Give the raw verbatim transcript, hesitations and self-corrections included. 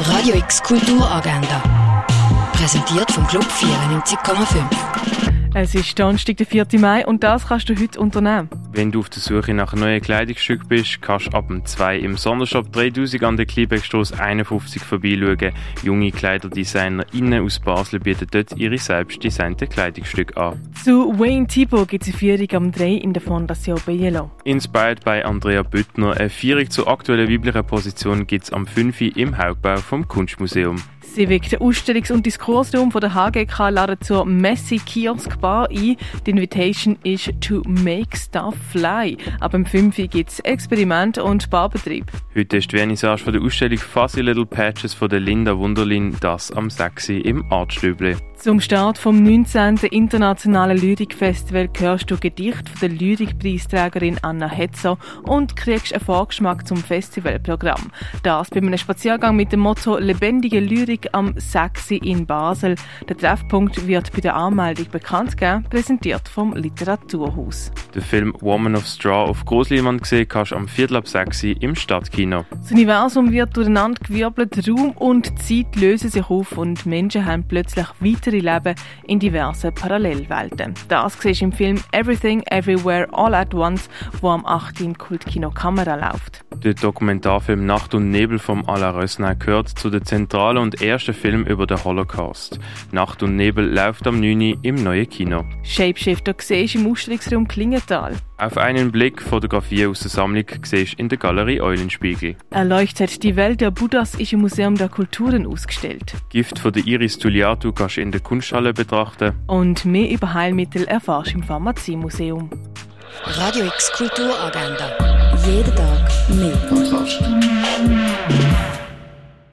Radio X Kulturagenda. Präsentiert vom Club vierundneunzig Komma fünf. Es ist Donnerstag, der vierten Mai, und das kannst du heute unternehmen. Wenn du auf der Suche nach einem neuen Kleidungsstück bist, kannst du ab dem zwei im Sondershop dreitausend an der Kleinbeckstrasse einundfünfzig vorbeischauen. Junge KleiderdesignerInnen aus Basel bieten dort ihre selbst designten Kleidungsstücke an. Zu Wayne Thibault gibt es eine Führung am drei in der Fondation Bielo. Inspired by Andrea Büttner, eine Führung zur aktuellen weiblichen Position gibt es am fünf im Hauptbau vom Kunstmuseum. Sie weckt den Ausstellungs- und Diskursraum von der H G K laden zur Messy Kiosk Bar ein. Die Invitation ist to make stuff fly. Ab dem fünf gibt es Experiment und Barbetrieb. Heute ist die Vernissage von der Ausstellung Fuzzy Little Patches von der Linda Wunderlin, das am sechs im Artstübli. Zum Start vom neunzehnten Internationalen Lyrikfestival hörst du Gedicht von der Lyrikpreisträgerin Anna Hetzer und kriegst einen Vorgeschmack zum Festivalprogramm. Das bei einem Spaziergang mit dem Motto «Lebendige Lyrik» am sechs in Basel. Der Treffpunkt wird bei der Anmeldung bekannt gegeben, präsentiert vom Literaturhaus. Den Film «Woman of Straw» auf Grossleinwand gesehen kannst du am Viertel ab sechs im Stadtkino. Das Universum wird durcheinander gewirbelt, Raum und Zeit lösen sich auf und Menschen haben plötzlich weiter Leben in diversen Parallelwelten. Das siehst du im Film «Everything, Everywhere, All at Once», wo am achten im Kultkino Kamera läuft. Der Dokumentarfilm «Nacht und Nebel» von Alain Resnais gehört zu den zentralen und ersten Filmen über den Holocaust. «Nacht und Nebel» läuft am neunten im neuen Kino. Shapeshifter siehst du im Ausstellungsraum Klingenthal. Auf einen Blick Fotografien aus der Sammlung siehst du in der Galerie Eulenspiegel. Erleuchtet die Welt der Buddhas ist im Museum der Kulturen ausgestellt. Gift von der Iris Tulliatu kannst du in der Kunsthalle betrachten. Und mehr über Heilmittel erfährst du im Pharmaziemuseum. Radio X Kulturagenda. Jeden Tag mehr.